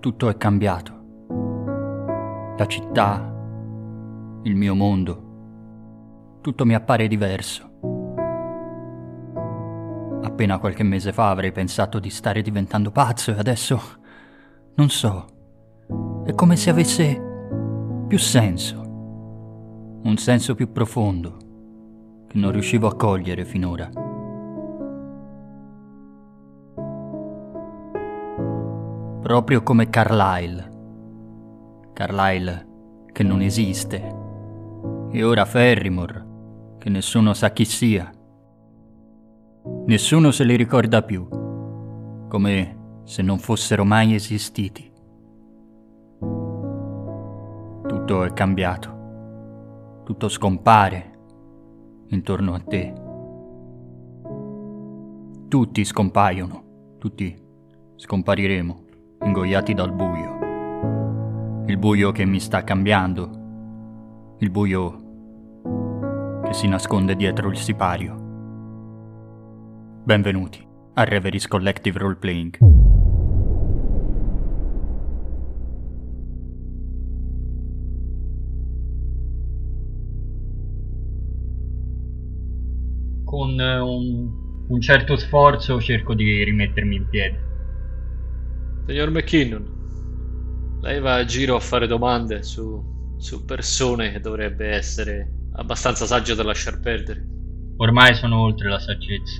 Tutto è cambiato. La città, il mio mondo, tutto mi appare diverso. Appena qualche mese fa avrei pensato di stare diventando pazzo e adesso, non so, è come se avesse più senso, un senso più profondo che non riuscivo a cogliere finora. Proprio come Carlyle che non esiste, e ora Ferrymore che nessuno sa chi sia. Nessuno se li ricorda più, come se non fossero mai esistiti. Tutto è cambiato, tutto scompare intorno a te. Tutti scompaiono, tutti scompariremo, ingoiati dal buio. Il buio che mi sta cambiando, il buio che si nasconde dietro il sipario. Benvenuti a Reveries Collective Roleplaying. Con un certo sforzo cerco di rimettermi in piedi. Signor McKinnon, lei va a giro a fare domande su persone che dovrebbe essere abbastanza saggio da lasciar perdere. Ormai sono oltre la saggezza.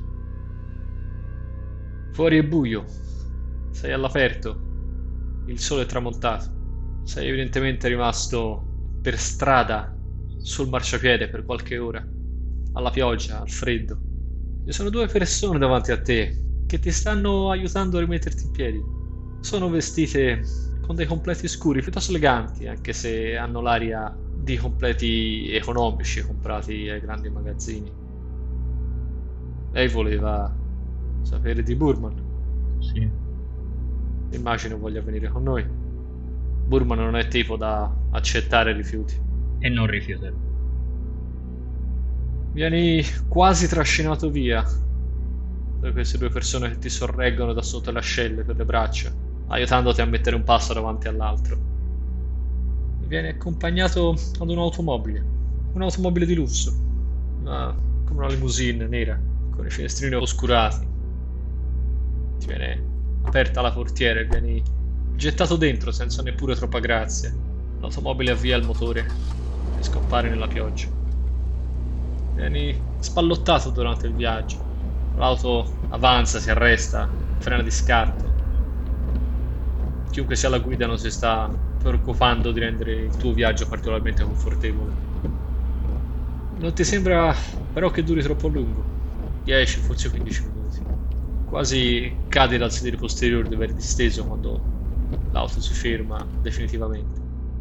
Fuori è buio, sei all'aperto, il sole è tramontato, sei evidentemente rimasto per strada sul marciapiede per qualche ora, alla pioggia, al freddo. Ci sono due persone davanti a te che ti stanno aiutando a rimetterti in piedi. Sono vestite con dei completi scuri, piuttosto eleganti, anche se hanno l'aria di completi economici comprati ai grandi magazzini. Lei voleva sapere di Burman? Sì. Immagino voglia venire con noi. Burman non è tipo da accettare rifiuti. E non rifiuterò. Vieni quasi trascinato via da queste due persone che ti sorreggono da sotto le ascelle per le braccia, aiutandoti a mettere un passo davanti all'altro. Vieni accompagnato ad un'automobile di lusso, come una limousine nera con i finestrini oscurati. Ti viene aperta la portiera e vieni gettato dentro senza neppure troppa grazia. L'automobile avvia il motore e scompare nella pioggia. Vieni spallottato durante il viaggio. L'auto avanza, si arresta, frena di scarto. Chiunque sia alla guida non si sta preoccupando di rendere il tuo viaggio particolarmente confortevole. Non ti sembra però che duri troppo a lungo. 10, forse 15 minuti. Quasi cadi dal sedere posteriore di aver disteso quando l'auto si ferma definitivamente.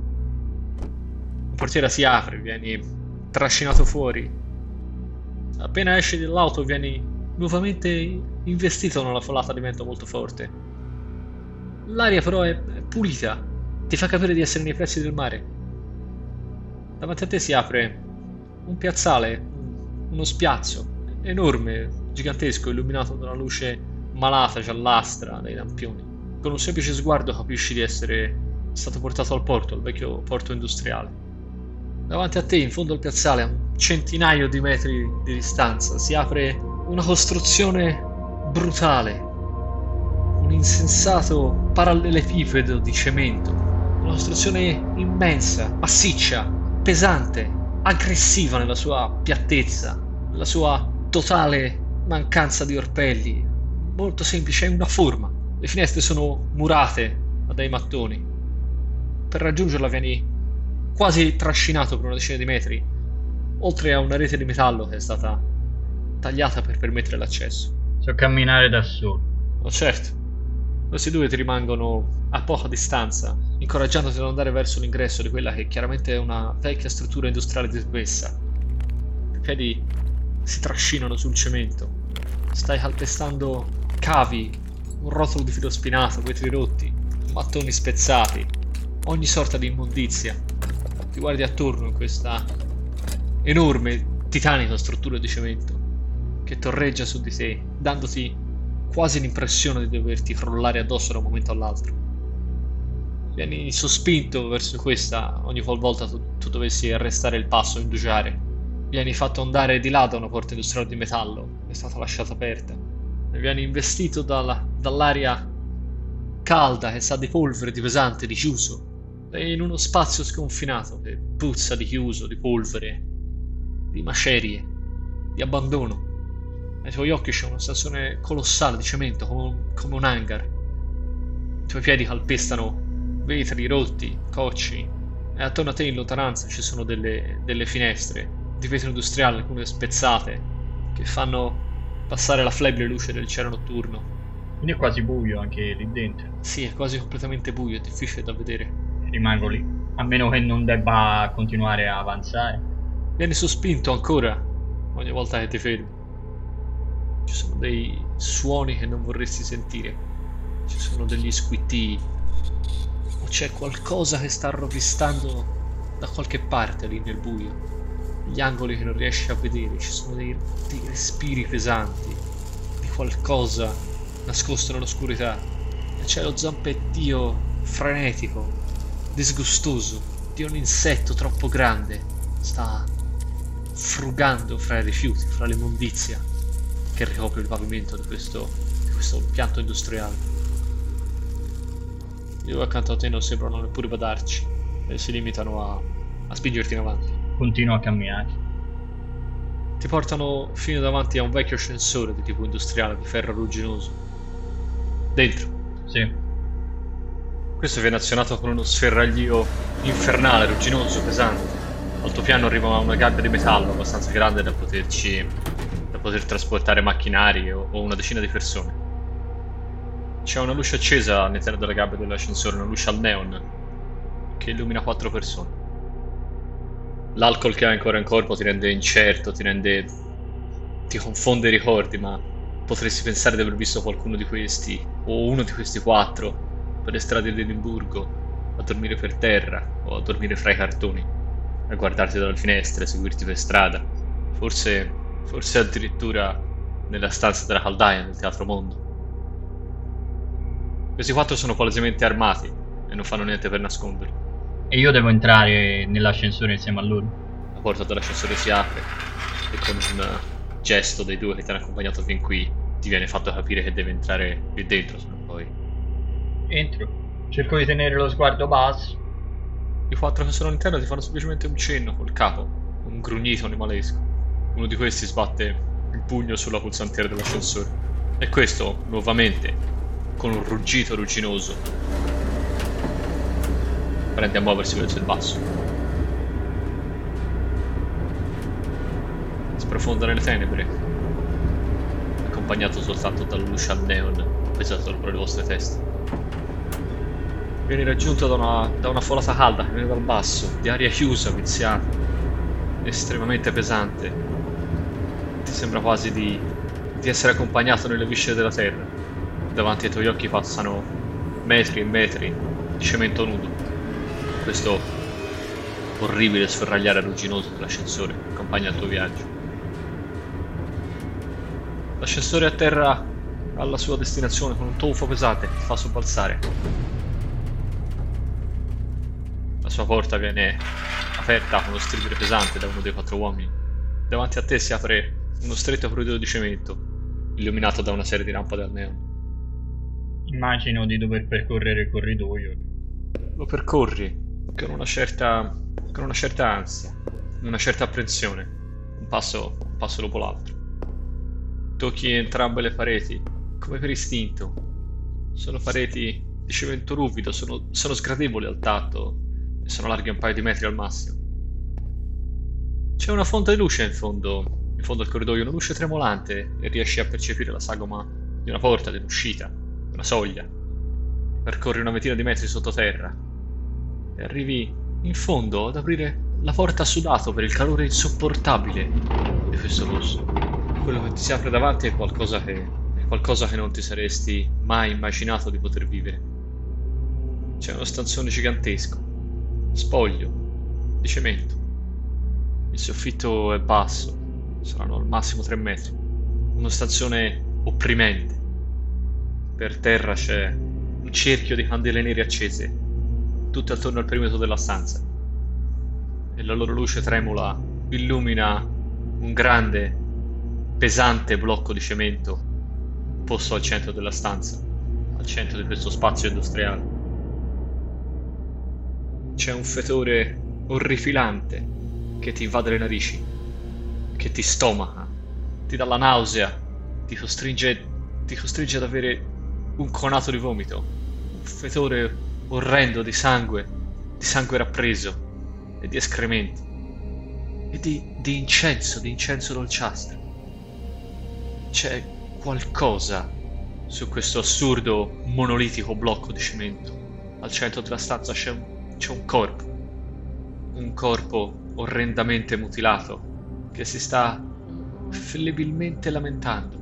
La portiera si apre, vieni trascinato fuori. Appena esci dall'auto vieni nuovamente investito da una folata di vento molto forte. L'aria però è pulita, ti fa capire di essere nei pressi del mare. Davanti a te si apre un piazzale, uno spiazzo enorme, gigantesco, illuminato da una luce malata, giallastra, dai lampioni. Con un semplice sguardo capisci di essere stato portato al porto, al vecchio porto industriale. Davanti a te, in fondo al piazzale, a un centinaio di metri di distanza, si apre una costruzione brutale, un insensato parallelepipedo di cemento, una costruzione immensa, massiccia, pesante, aggressiva nella sua piattezza, nella sua totale mancanza di orpelli, molto semplice, è una forma. Le finestre sono murate da dei mattoni. Per raggiungerla vieni quasi trascinato per una decina di metri, oltre a una rete di metallo che è stata tagliata per permettere l'accesso. So camminare da solo. Oh, certo. Questi due ti rimangono a poca distanza, incoraggiandoti ad andare verso l'ingresso di quella che chiaramente è una vecchia struttura industriale dismessa. I piedi si trascinano sul cemento. Stai calpestando cavi, un rotolo di filo spinato, vetri rotti, mattoni spezzati, ogni sorta di immondizia. Ti guardi attorno in questa enorme, titanica struttura di cemento che torreggia su di te, dandoti quasi l'impressione di doverti crollare addosso da un momento all'altro. Vieni sospinto verso questa ogni qualvolta tu dovessi arrestare il passo o indugiare. Vieni fatto andare di là da una porta industriale di metallo che è stata lasciata aperta. E vieni investito dall'aria calda che sa di polvere, di pesante, di chiuso. E in uno spazio sconfinato che puzza di chiuso, di polvere, di macerie, di abbandono. Ai tuoi occhi c'è una stazione colossale di cemento, come un hangar. I tuoi piedi calpestano vetri rotti, cocci, e attorno a te in lontananza ci sono delle finestre di vetro industriale, alcune spezzate, che fanno passare la flebile luce del cielo notturno. Quindi è quasi buio anche lì dentro. Sì, è quasi completamente buio, è difficile da vedere. Rimango lì, a meno che non debba continuare a avanzare. Vieni sospinto ancora ogni volta che ti fermi. Ci sono dei suoni che non vorresti sentire. Ci sono degli squittii. O c'è qualcosa che sta rovistando da qualche parte lì nel buio. Gli angoli che non riesci a vedere. Ci sono dei respiri pesanti di qualcosa nascosto nell'oscurità. E c'è lo zampettio frenetico, disgustoso di un insetto troppo grande. Sta frugando fra i rifiuti, fra l'immondizia che ricopre il pavimento di questo impianto industriale. Io accanto a te non sembrano neppure badarci e si limitano a spingerti in avanti. Continuo a camminare. Ti portano fino davanti a un vecchio ascensore di tipo industriale di ferro rugginoso. Dentro. Sì. Questo viene azionato con uno sferraglio infernale, rugginoso, pesante. Al tuo piano arriva una gabbia di metallo abbastanza grande da poter trasportare macchinari o una decina di persone. C'è una luce accesa all'interno della gabbia dell'ascensore, una luce al neon che illumina 4 persone. L'alcol che hai ancora in corpo ti rende incerto, ti confonde i ricordi, ma potresti pensare di aver visto qualcuno di questi o uno di questi 4 per le strade di Edimburgo, a dormire per terra o a dormire fra i cartoni, a guardarti dalle finestre, a seguirti per strada, forse addirittura nella stanza della caldaia nel Teatro Mondo. Questi 4 sono palesemente armati e non fanno niente per nasconderlo. E io devo entrare nell'ascensore insieme a loro. La porta dell'ascensore si apre e con un gesto dei 2 che ti hanno accompagnato fin qui ti viene fatto capire che devi entrare lì dentro, se non poi. Entro. Cerco di tenere lo sguardo basso. I 4 che sono all'interno ti fanno semplicemente un cenno col capo, un grugnito animalesco. Uno di questi sbatte il pugno sulla pulsantiera dell'ascensore e questo, nuovamente, con un ruggito rugginoso, prende a muoversi verso il basso. Sprofonda nelle tenebre, accompagnato soltanto dalla luce al neon appesa sopra le vostre teste. Vieni raggiunto da una folata calda che viene dal basso, di aria chiusa, viziata, estremamente pesante. Ti sembra quasi di essere accompagnato nelle viscere della terra. Davanti ai tuoi occhi passano metri e metri di cemento nudo. Questo orribile sferragliare rugginoso dell'ascensore accompagna il tuo viaggio. L'ascensore atterra alla sua destinazione con un tonfo pesante che ti fa sobbalzare. La sua porta viene aperta con uno stridere pesante da uno dei 4 uomini. Davanti a te si apre uno stretto corridoio di cemento, illuminato da una serie di lampade al neon. Immagino di dover percorrere il corridoio. Lo percorri con una certa ansia, una certa apprensione, un passo dopo l'altro. Tocchi entrambe le pareti, come per istinto. Sono pareti di cemento ruvido, sono sgradevoli al tatto e sono larghe un paio di metri al massimo. C'è una fonte di luce in fondo al corridoio, una luce tremolante, e riesci a percepire la sagoma di una porta, di un'uscita, una soglia. Percorri una ventina di metri sottoterra e arrivi in fondo ad aprire la porta sudato per il calore insopportabile di questo posto. Quello che ti si apre davanti è qualcosa che non ti saresti mai immaginato di poter vivere. C'è uno stanzone gigantesco, spoglio, di cemento. Il soffitto è basso, saranno al massimo 3 metri. Uno stanzone opprimente. Per terra c'è un cerchio di candele nere accese tutte attorno al perimetro della stanza, e la loro luce tremula illumina un grande, pesante blocco di cemento posto al centro della stanza, al centro di questo spazio industriale. C'è un fetore orrifilante che ti invade le narici, che ti stomaca, ti dà la nausea, ti costringe ad avere un conato di vomito, un fetore orrendo di sangue rappreso e di escrementi e di incenso dolciastro. C'è qualcosa su questo assurdo monolitico blocco di cemento. Al centro della stanza c'è un corpo orrendamente mutilato che si sta flebbilmente lamentando.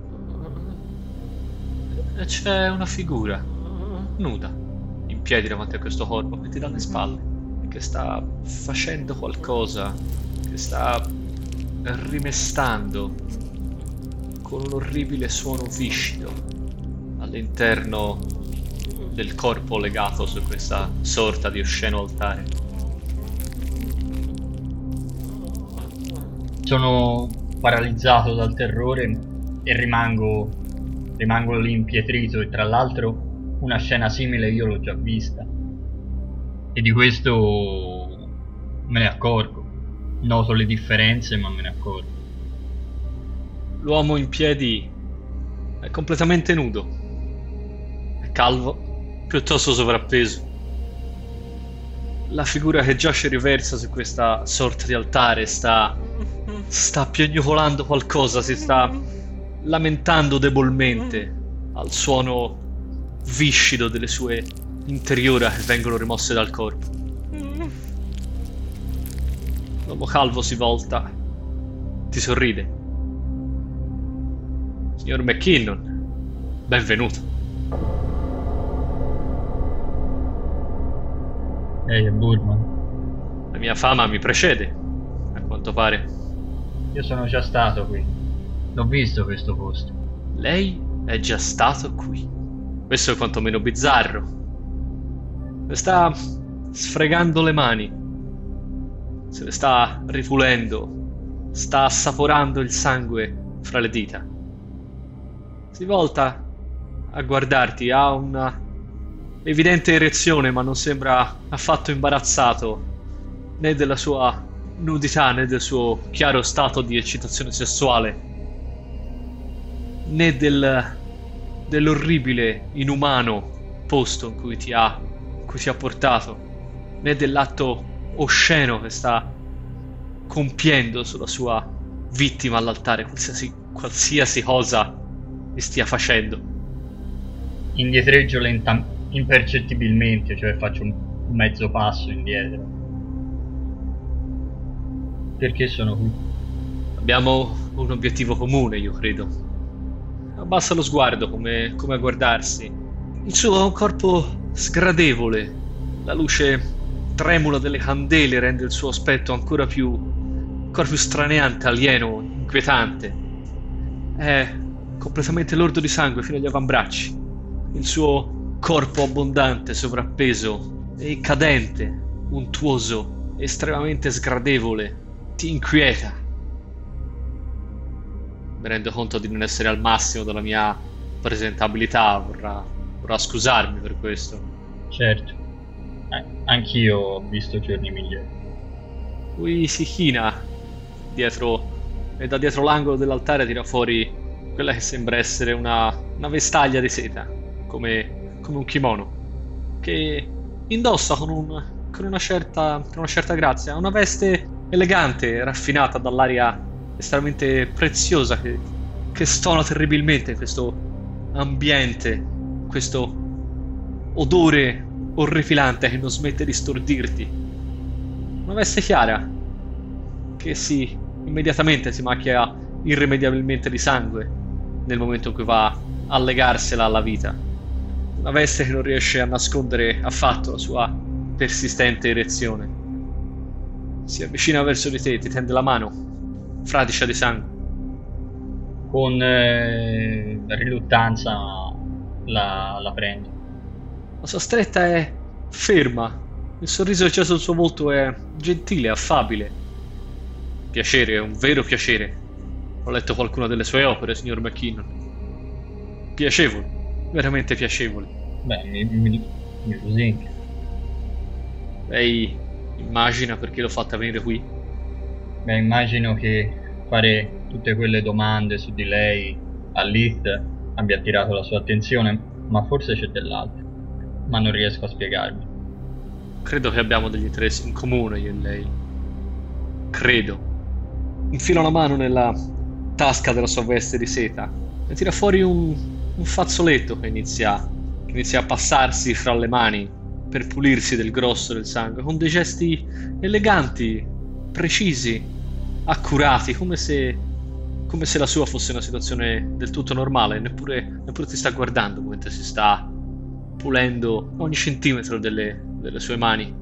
E c'è una figura nuda in piedi davanti a questo corpo che ti dà le spalle, che sta facendo qualcosa, che sta rimestando con un orribile suono viscido all'interno del corpo legato su questa sorta di osceno altare. Sono paralizzato dal terrore e rimango lì impietrito, e tra l'altro una scena simile io l'ho già vista e di questo me ne accorgo. Noto le differenze, ma me ne accorgo. L'uomo in piedi è completamente nudo, è calvo, piuttosto sovrappeso. La figura che giace riversa su questa sorta di altare sta piagnucolando qualcosa, si sta lamentando debolmente al suono viscido delle sue interiora che vengono rimosse dal corpo. L'uomo calvo si volta, ti sorride. Signor McKinnon, benvenuto. Ehi, è Burman. La mia fama mi precede, a quanto pare. Io sono già stato qui. L'ho visto questo posto. Lei è già stato qui. Questo è quantomeno bizzarro. Sta sfregando le mani, se le sta ripulendo, sta assaporando il sangue fra le dita. Si volta a guardarti, ha una evidente erezione, ma non sembra affatto imbarazzato né della sua nudità né del suo chiaro stato di eccitazione sessuale, né dell'orribile, inumano posto in cui ti ha portato, né dell'atto osceno che sta compiendo sulla sua vittima all'altare, qualsiasi cosa che stia facendo. Indietreggio impercettibilmente, cioè faccio un mezzo passo indietro. Perché sono qui? Abbiamo un obiettivo comune, io credo. Abbassa lo sguardo come a guardarsi. Il suo è un corpo sgradevole, la luce tremula delle candele rende il suo aspetto ancora più straneante, alieno, inquietante. È completamente lordo di sangue fino agli avambracci. Il suo corpo abbondante, sovrappeso e cadente, untuoso, estremamente sgradevole, ti inquieta. Mi rendo conto di non essere al massimo della mia presentabilità, vorrà scusarmi per questo. Certo, anch'io ho visto giorni migliori. Lui si china dietro, e da dietro l'angolo dell'altare tira fuori quella che sembra essere una vestaglia di seta, come un kimono, che indossa con una certa grazia. Una veste elegante, raffinata dall'aria estremamente preziosa che stona terribilmente in questo ambiente, questo odore orripilante che non smette di stordirti. Una veste chiara che immediatamente si macchia irrimediabilmente di sangue nel momento in cui va a legarsela alla vita. Una veste che non riesce a nascondere affatto la sua persistente erezione. Si avvicina verso di te, ti tende la mano, fradicia di sangue. Con riluttanza la prendo. La sua stretta è ferma, Il sorriso acceso sul suo volto è gentile, affabile. Piacere, è un vero piacere. Ho letto qualcuna delle sue opere, signor McKinnon. Piacevole, veramente piacevole. Beh, mi lusinga. Lei immagina perché l'ho fatta venire qui? Beh, immagino che fare tutte quelle domande su di lei a Lith abbia attirato la sua attenzione, ma forse c'è dell'altro. Ma non riesco a spiegarmi. Credo che abbiamo degli interessi in comune, io e lei. Credo. Infila la mano nella tasca della sua veste di seta e tira fuori un fazzoletto che inizia a passarsi fra le mani per pulirsi del grosso del sangue, con dei gesti eleganti, precisi, accurati, come se la sua fosse una situazione del tutto normale, neppure ti sta guardando mentre si sta pulendo ogni centimetro delle sue mani.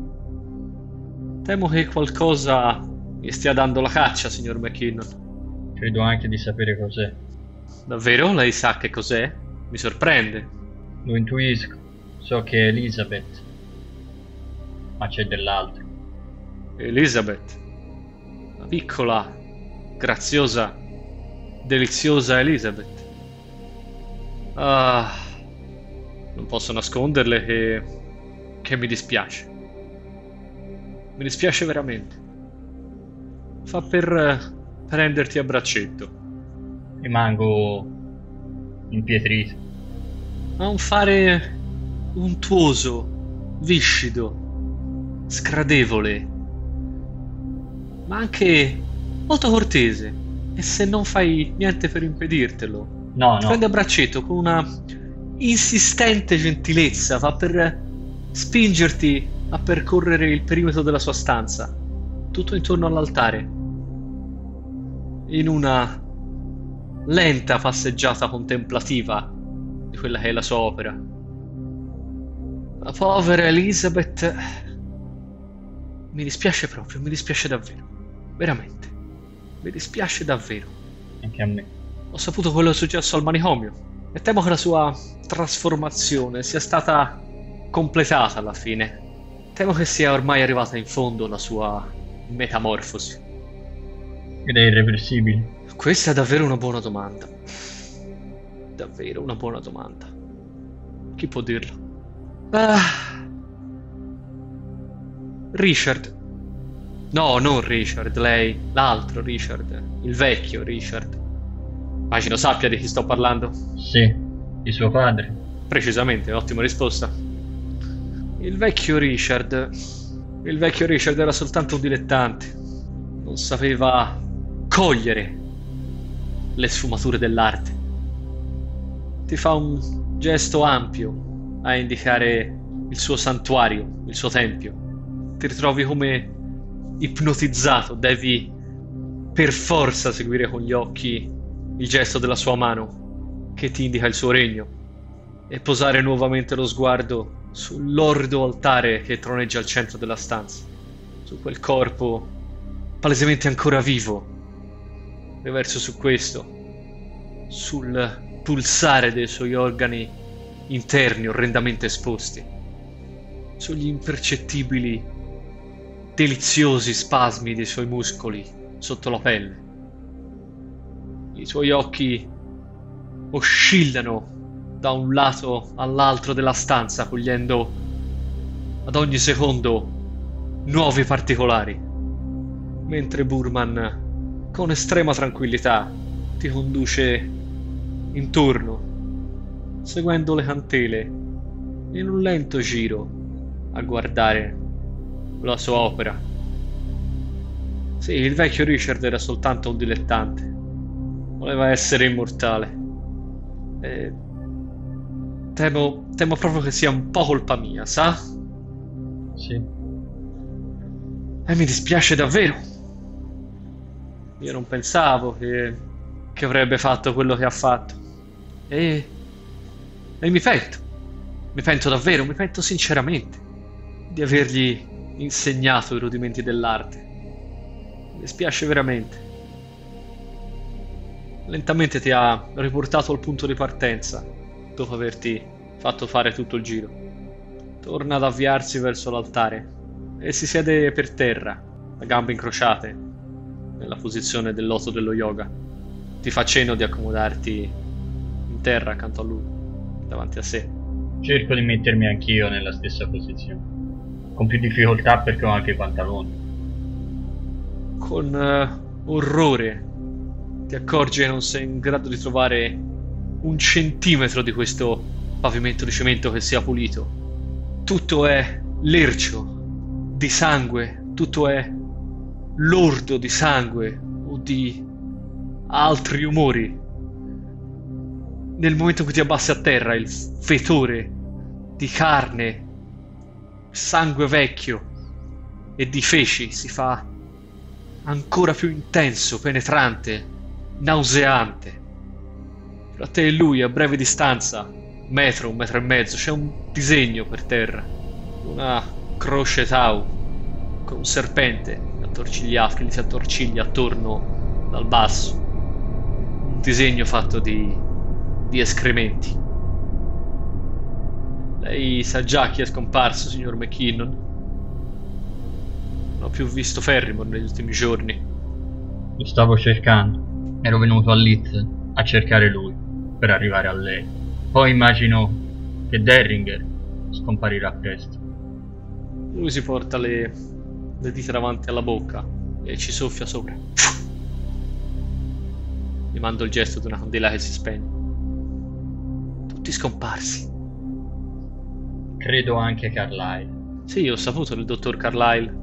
Temo che qualcosa gli stia dando la caccia, signor McKinnon. Credo anche di sapere cos'è. Davvero? Lei sa che cos'è? Mi sorprende. Lo intuisco. So che è Elizabeth. Ma c'è dell'altro. Elizabeth. La piccola, graziosa, deliziosa Elizabeth. Ah, non posso nasconderle che mi dispiace. Mi dispiace veramente. Fa per prenderti a braccetto. Rimango impietrito. Ha un fare untuoso, viscido, scradevole, ma anche molto cortese. E se non fai niente per impedirtelo, No, ti no. prende a braccetto con una insistente gentilezza, va per spingerti a percorrere il perimetro della sua stanza, tutto intorno all'altare, in una lenta passeggiata contemplativa di quella che è la sua opera. La povera Elizabeth. Mi dispiace proprio, mi dispiace davvero. Veramente. Mi dispiace davvero. Anche a me. Ho saputo quello che è successo al manicomio e temo che la sua trasformazione sia stata completata alla fine. Temo che sia ormai arrivata in fondo la sua metamorfosi. Ed è irreversibile. Questa è davvero una buona domanda. Davvero una buona domanda. Chi può dirlo? Richard. No, non Richard, lei. L'altro Richard. Il vecchio Richard. Immagino sappia di chi sto parlando. Sì, di suo padre. Precisamente, ottima risposta. Il vecchio Richard era soltanto un dilettante. Non sapeva cogliere le sfumature dell'arte. Ti fa un gesto ampio a indicare il suo santuario, il suo tempio. Ti ritrovi come ipnotizzato, devi per forza seguire con gli occhi il gesto della sua mano che ti indica il suo regno e posare nuovamente lo sguardo sull'orrido altare che troneggia al centro della stanza, su quel corpo palesemente ancora vivo, riverso su questo, sul pulsare dei suoi organi interni orrendamente esposti, sugli impercettibili, deliziosi spasmi dei suoi muscoli sotto la pelle. I suoi occhi oscillano da un lato all'altro della stanza, cogliendo ad ogni secondo nuovi particolari, mentre Burman, con estrema tranquillità, ti conduce intorno, seguendo le cantele, in un lento giro a guardare la sua opera. Sì, il vecchio Richard era soltanto un dilettante. Voleva essere immortale. E temo proprio che sia un po' colpa mia, sa? Sì. E mi dispiace davvero. Io non pensavo che avrebbe fatto quello che ha fatto. E mi pento. Mi pento davvero, mi pento sinceramente di avergli insegnato i rudimenti dell'arte. Mi dispiace veramente. Lentamente ti ha riportato al punto di partenza dopo averti fatto fare tutto il giro. Torna ad avviarsi verso l'altare e si siede per terra, a gambe incrociate, nella posizione del loto dello yoga. Ti fa cenno di accomodarti in terra accanto a lui, davanti a sé. Cerco di mettermi anch'io nella stessa posizione, con più difficoltà perché ho anche i pantaloni. Con orrore ti accorgi che non sei in grado di trovare un centimetro di questo pavimento di cemento che sia pulito. Tutto è lercio di sangue, tutto è lordo di sangue o di altri umori. Nel momento in cui ti abbassi a terra, il fetore di carne, sangue vecchio e di feci si fa ancora più intenso, penetrante, nauseante. Tra te e lui, a breve distanza, un metro e mezzo, c'è un disegno per terra, una croce tau con un serpente attorcigliato che gli si attorciglia attorno dal basso, un disegno fatto di escrementi. Lei sa già chi è scomparso, signor McKinnon? Non ho più visto Ferrymore negli ultimi giorni. Lo stavo cercando. Ero venuto a Leeds a cercare lui, per arrivare a lei. Poi immagino che Derringer scomparirà presto. Lui si porta le dita davanti alla bocca e ci soffia sopra. Gli mando il gesto di una candela che si spegne. Tutti scomparsi. Credo anche Carlyle. Sì, ho saputo del dottor Carlyle.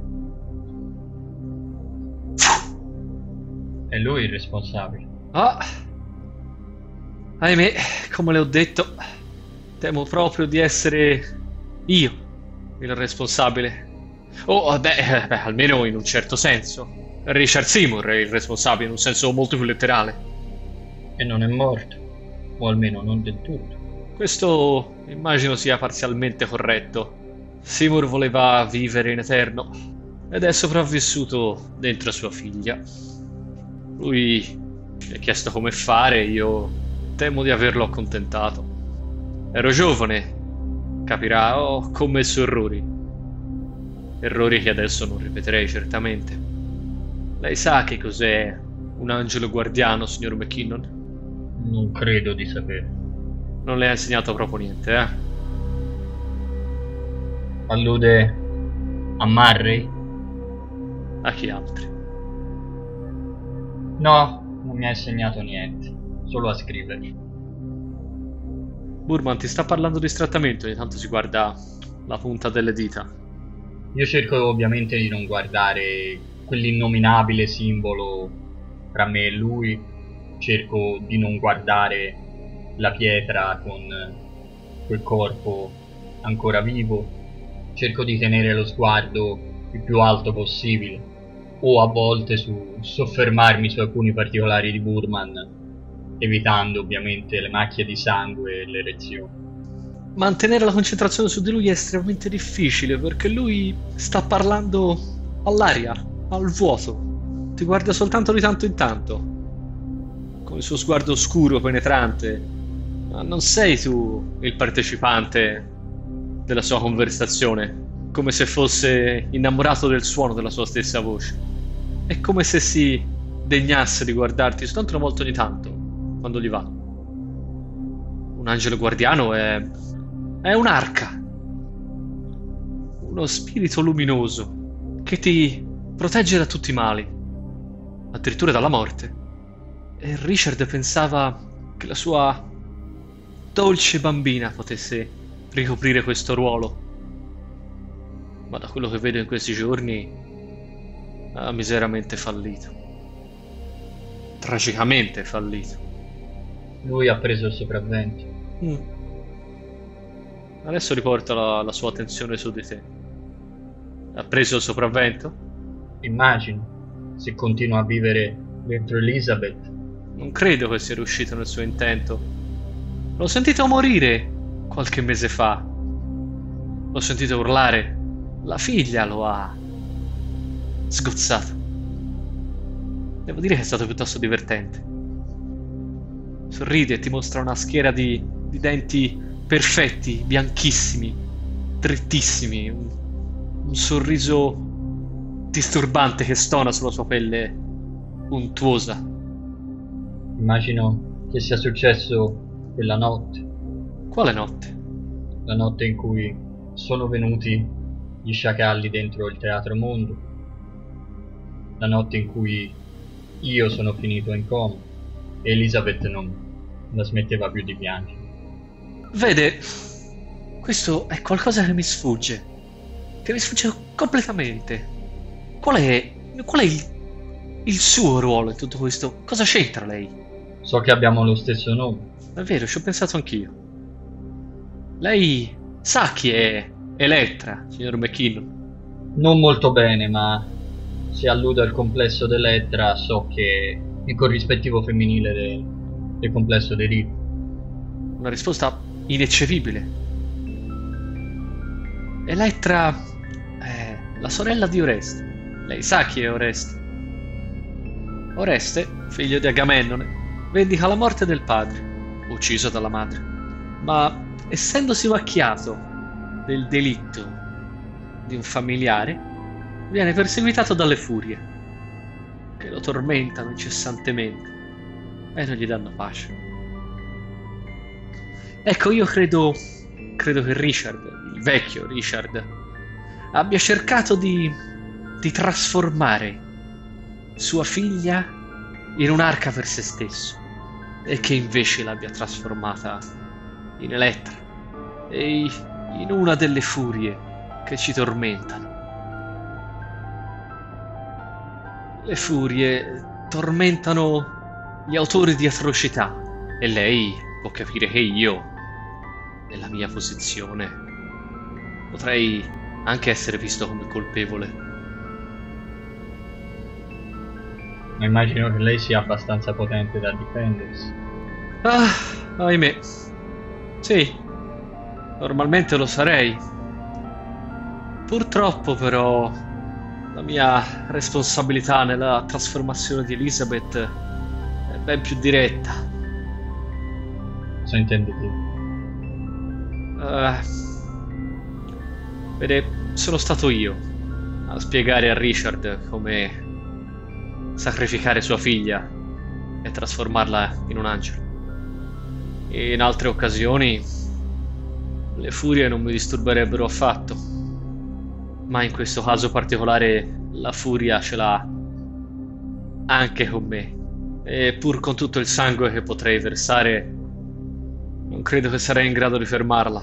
È lui il responsabile. Ah, ahimè, come le ho detto, temo proprio di essere io il responsabile. Oh, beh, almeno in un certo senso. Richard Seymour è il responsabile in un senso molto più letterale. E non è morto, o almeno non del tutto. Questo immagino sia parzialmente corretto. Seymour voleva vivere in eterno ed è sopravvissuto dentro sua figlia. Lui mi ha chiesto come fare, io temo di averlo accontentato. Ero giovane, capirà, ho commesso errori che adesso non ripeterei certamente. Lei sa che cos'è un angelo guardiano, signor McKinnon? Non credo di sapere. Non le ha insegnato proprio niente, eh? Allude a Murray? A chi altri? No, non mi ha insegnato niente, solo a scrivere. Burman ti sta parlando distrattamente, ogni tanto si guarda la punta delle dita. Io cerco ovviamente di non guardare quell'innominabile simbolo tra me e lui, cerco di non guardare la pietra con quel corpo ancora vivo, cerco di tenere lo sguardo il più alto possibile, o a volte soffermarmi su alcuni particolari di Burman, evitando ovviamente le macchie di sangue e l'erezione. Mantenere la concentrazione su di lui è estremamente difficile perché lui sta parlando all'aria, al vuoto. Ti guarda soltanto di tanto in tanto, con il suo sguardo oscuro, penetrante. Ma non sei tu il partecipante della sua conversazione, come se fosse innamorato del suono della sua stessa voce. È come se si degnasse di guardarti soltanto una volta ogni tanto, quando gli va. Un angelo guardiano è un'arca, uno spirito luminoso che ti protegge da tutti i mali, addirittura dalla morte. E Richard pensava che la sua dolce bambina potesse ricoprire questo ruolo, ma da quello che vedo in questi giorni ha miseramente fallito, tragicamente fallito. Lui ha preso il sopravvento. Adesso riporta la sua attenzione su di te. Ha preso il sopravvento? Immagino, se continua a vivere dentro Elizabeth. Non credo che sia riuscito nel suo intento. L'ho sentito morire qualche mese fa. L'ho sentito urlare. La figlia lo ha sgozzato. Devo dire che è stato piuttosto divertente. Sorride e ti mostra una schiera di denti perfetti, bianchissimi, drittissimi, un sorriso disturbante che stona sulla sua pelle untuosa. Immagino che sia successo quella notte, Quale notte? la notte in cui sono venuti gli sciacalli dentro il Teatro Mondo, la notte in cui io sono finito in coma e Elizabeth non la smetteva più di piangere. Vede, questo è qualcosa che mi sfugge completamente. Qual è il suo ruolo in tutto questo? Cosa c'entra lei? So che abbiamo lo stesso nome. È vero, ci ho pensato anch'io. Lei sa chi è Elettra, signor McKinnon? Non molto bene, ma se alludo al complesso d'Elettra so che è il corrispettivo femminile del complesso dei Reed. Una risposta ineccepibile. Elettra è la sorella di Oreste. Lei sa chi è Oreste? Oreste, figlio di Agamennone, vendica la morte del padre, ucciso dalla madre, ma essendosi macchiato del delitto di un familiare, viene perseguitato dalle furie, che lo tormentano incessantemente e non gli danno pace. Ecco, io credo che Richard, il vecchio Richard, abbia cercato di trasformare sua figlia in un'arca per se stesso e che invece l'abbia trasformata in Elettra e in una delle furie che ci tormentano. Le furie tormentano gli autori di atrocità e lei può capire che io, nella mia posizione, potrei anche essere visto come colpevole. Ma immagino che lei sia abbastanza potente da difendersi. Ah, ahimè. Sì, normalmente lo sarei. Purtroppo però la mia responsabilità nella trasformazione di Elizabeth è ben più diretta. Cosa intendi dire? Vede, sono stato io a spiegare a Richard come sacrificare sua figlia e trasformarla in un angelo. E in altre occasioni le furie non mi disturberebbero affatto, ma in questo caso particolare la furia ce l'ha anche con me, e pur con tutto il sangue che potrei versare non credo che sarei in grado di fermarla.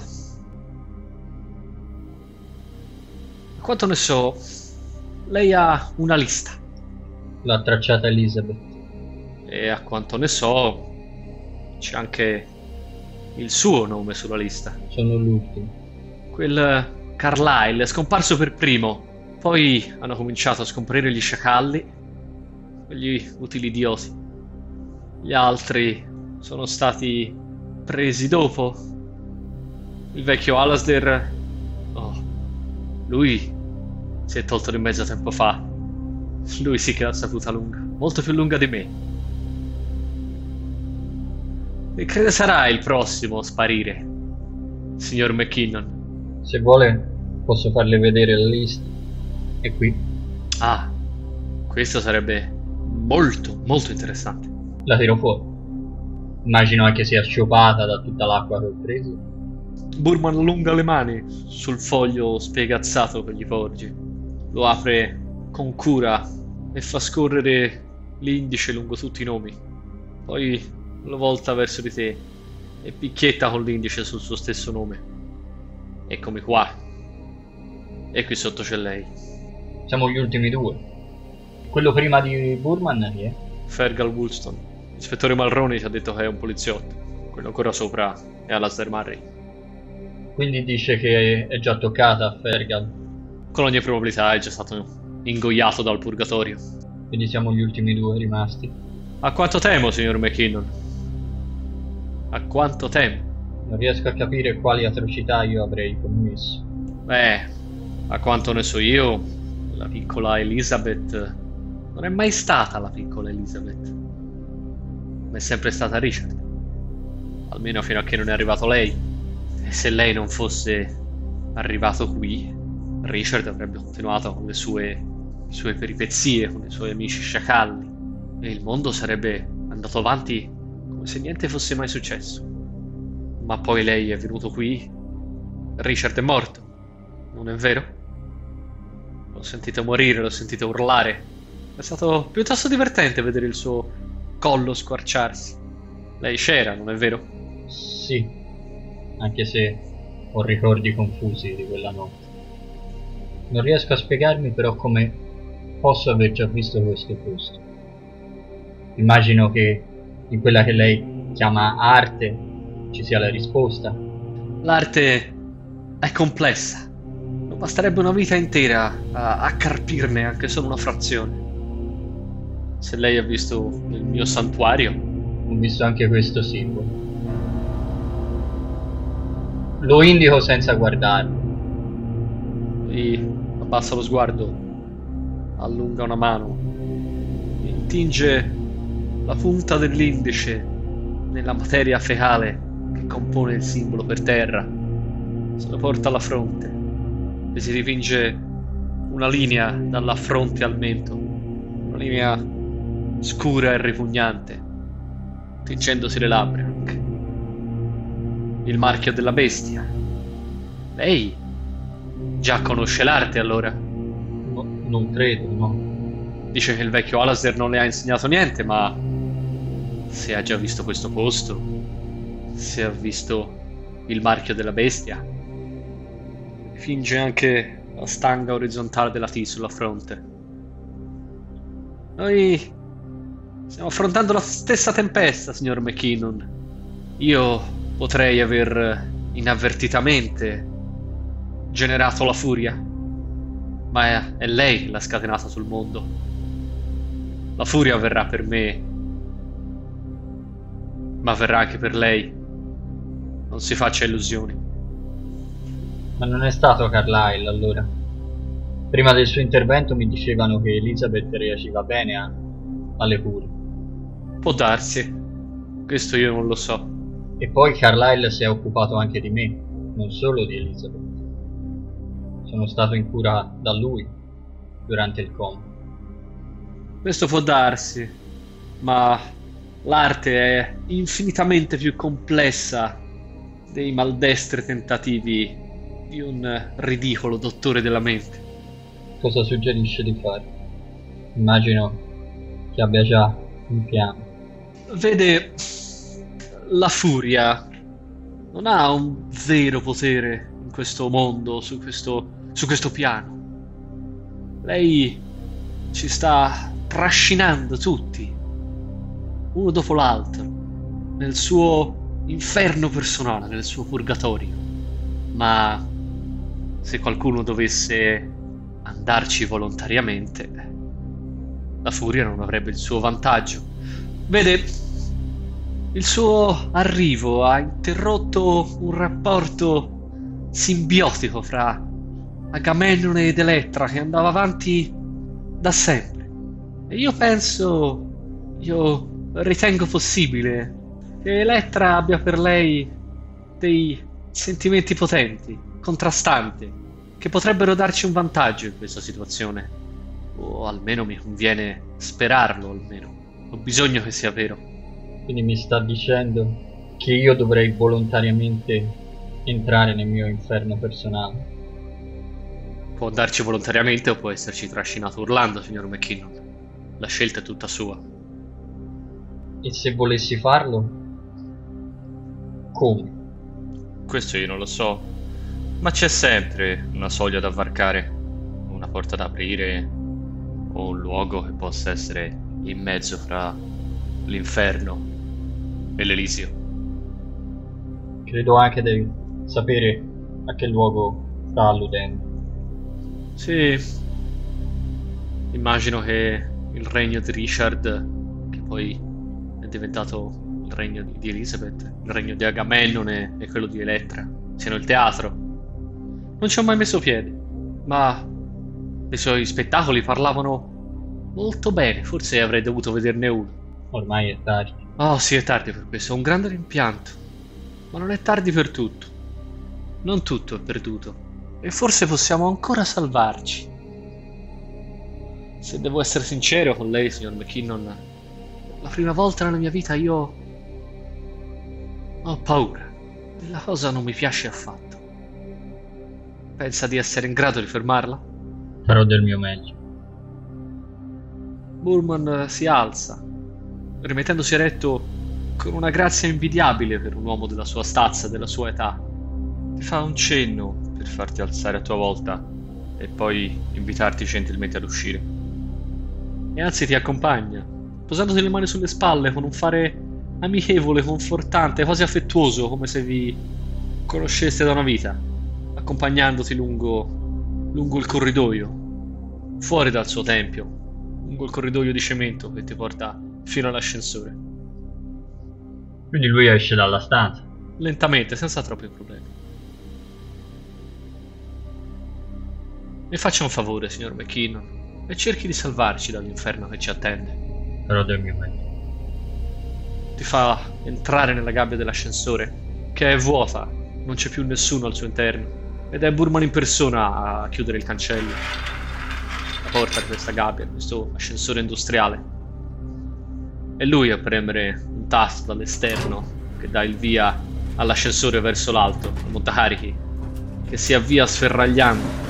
A quanto ne so, lei ha una lista. L'ha tracciata Elizabeth. E a quanto ne so, c'è anche il suo nome sulla lista. Sono l'ultimo. Quel Carlyle è scomparso per primo. Poi hanno cominciato a scomparire gli sciacalli, quegli utili idioti. Gli altri sono stati presi dopo. Il vecchio Alasdair, oh, lui si è tolto di mezzo tempo fa. Lui sì che l'ha saputa lunga, molto più lunga di me. E crede sarà il prossimo a sparire, signor McKinnon. Se vuole posso farle vedere la lista. È qui. Ah, questo sarebbe molto, molto interessante. La tiro fuori. Immagino anche sia sciupata da tutta l'acqua che ho preso. Burman allunga le mani sul foglio spiegazzato che gli porgi. Lo apre con cura e fa scorrere l'indice lungo tutti i nomi. Poi lo volta verso di te e picchietta con l'indice sul suo stesso nome. Eccomi qua. E qui sotto c'è lei. Siamo gli ultimi due. Quello prima di Burman chi è? Fergal Woolston. L'ispettore Malroney ti ha detto che è un poliziotto. Quello ancora sopra è Alasdair Murray. Quindi dice che è già toccata a Fergal. Con ogni probabilità è già stato ingoiato dal purgatorio. Quindi siamo gli ultimi due rimasti. A quanto temo, signor McKinnon? A quanto temo? Non riesco a capire quali atrocità io avrei commesso. Beh, a quanto ne so io, la piccola Elizabeth non è mai stata la piccola Elizabeth, ma è sempre stata Richard. Almeno fino a che non è arrivato lei. E se lei non fosse arrivato qui, Richard avrebbe continuato con le sue peripezie, con i suoi amici sciacalli, e il mondo sarebbe andato avanti come se niente fosse mai successo. Ma poi lei è venuto qui, Richard è morto, non è vero? L'ho sentito morire, l'ho sentito urlare. È stato piuttosto divertente vedere il suo collo squarciarsi. Lei c'era, non è vero? Sì, anche se ho ricordi confusi di quella notte. Non riesco a spiegarmi però come posso aver già visto questo posto. Immagino che in quella che lei chiama arte ci sia la risposta. L'arte è complessa. Non basterebbe una vita intera a carpirne anche solo una frazione. Se lei ha visto il mio santuario, Ho visto anche questo simbolo. Lo indico senza guardarlo. e abbassa lo sguardo, allunga una mano, intinge la punta dell'indice nella materia fecale che compone il simbolo per terra, se lo porta alla fronte e si dipinge una linea dalla fronte al mento, una linea scura e ripugnante, tingendosi le labbra anche. Il marchio della bestia. Lei già conosce l'arte allora? No, non credo, no. Dice che il vecchio Alasdair non le ha insegnato niente, ma se ha già visto questo posto, se ha visto il marchio della bestia, finge anche la stanga orizzontale della T sulla fronte. Noi stiamo affrontando la stessa tempesta, signor McKinnon. Io potrei aver inavvertitamente generato la furia, ma è lei che l'ha scatenata sul mondo. La furia verrà per me, ma verrà anche per lei. Non si faccia illusioni. Ma non è stato Carlyle allora? Prima del suo intervento mi dicevano che Elizabeth reagiva bene alle cure. Può darsi, questo io non lo so. E poi Carlyle si è occupato anche di me, non solo di Elizabeth. Sono stato in cura da lui durante il coma. Questo può darsi, ma l'arte è infinitamente più complessa dei maldestri tentativi di un ridicolo dottore della mente. Cosa suggerisce di fare? Immagino che abbia già un piano. Vede, la furia non ha un vero potere in questo mondo, su questo piano. Lei ci sta trascinando tutti, uno dopo l'altro, nel suo inferno personale, nel suo purgatorio. Ma se qualcuno dovesse andarci volontariamente, la furia non avrebbe il suo vantaggio. Vede, il suo arrivo ha interrotto un rapporto simbiotico fra Agamennone ed Elettra che andava avanti da sempre. E io ritengo possibile che Elettra abbia per lei dei sentimenti potenti, contrastanti, che potrebbero darci un vantaggio in questa situazione. O almeno mi conviene sperarlo, almeno. Ho bisogno che sia vero. Quindi mi sta dicendo che io dovrei volontariamente entrare nel mio inferno personale. Può andarci volontariamente o può esserci trascinato urlando, signor McKinnon. La scelta è tutta sua. E se volessi farlo? Come? Questo io non lo so, ma c'è sempre una soglia da varcare, una porta da aprire o un luogo che possa essere in mezzo fra l'inferno e l'Elisio. Credo anche di sapere a che luogo sta alludendo. Sì, immagino che il regno di Richard, che poi è diventato il regno di Elizabeth, il regno di Agamennone e quello di Elettra, siano il teatro. Non ci ho mai messo piede, ma i suoi spettacoli parlavano molto bene, forse avrei dovuto vederne uno. Ormai è tardi. Oh sì, è tardi per questo, è un grande rimpianto, ma non è tardi per tutto. Non tutto è perduto. E forse possiamo ancora salvarci. Se devo essere sincero con lei, signor McKinnon, la prima volta nella mia vita io ho paura. La cosa non mi piace affatto. Pensa di essere in grado di fermarla? Farò del mio meglio. Burman si alza, rimettendosi eretto con una grazia invidiabile per un uomo della sua stazza, della sua età. Ti fa un cenno per farti alzare a tua volta e poi invitarti gentilmente ad uscire. E anzi ti accompagna, posandoti le mani sulle spalle con un fare amichevole, confortante, quasi affettuoso, come se vi conosceste da una vita, accompagnandoti lungo il corridoio, fuori dal suo tempio, lungo il corridoio di cemento che ti porta fino all'ascensore. Quindi lui esce dalla stanza. Lentamente, senza troppi problemi. Mi faccia un favore, signor McKinnon, e cerchi di salvarci dall'inferno che ci attende. Farò del mio meglio. Ti fa entrare nella gabbia dell'ascensore, che è vuota, non c'è più nessuno al suo interno, ed è Burman in persona a chiudere il cancello, la porta di questa gabbia, questo ascensore industriale. È lui a premere un tasto dall'esterno che dà il via all'ascensore verso l'alto, il montacarichi, che si avvia sferragliando.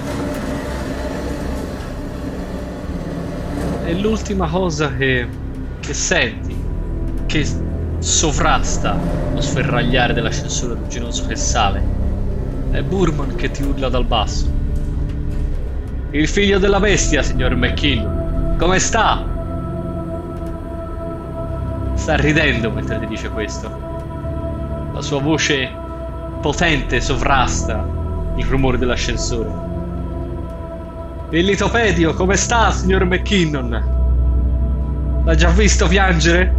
E l'ultima cosa che senti, che sovrasta lo sferragliare dell'ascensore rugginoso che sale, è Burman che ti urla dal basso. Il figlio della bestia, signor McKinnon, come sta? Sta ridendo mentre ti dice questo. La sua voce potente sovrasta il rumore dell'ascensore. Il litopedio, come sta, signor McKinnon? L'ha già visto piangere?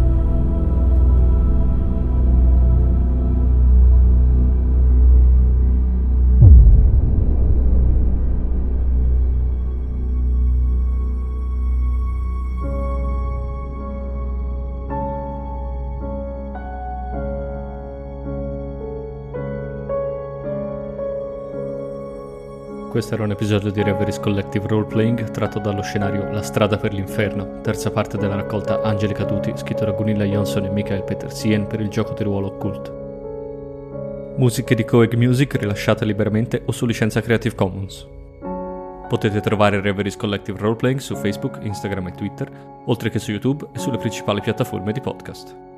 Questo era un episodio di Reveries Collective Roleplaying tratto dallo scenario La strada per l'inferno, terza parte della raccolta Angeli Caduti, scritto da Gunilla Jonsson e Michael Petersien per il gioco di ruolo Occult. Musiche di Coeg Music rilasciate liberamente o su licenza Creative Commons. Potete trovare Reveries Collective Roleplaying su Facebook, Instagram e Twitter, oltre che su YouTube e sulle principali piattaforme di podcast.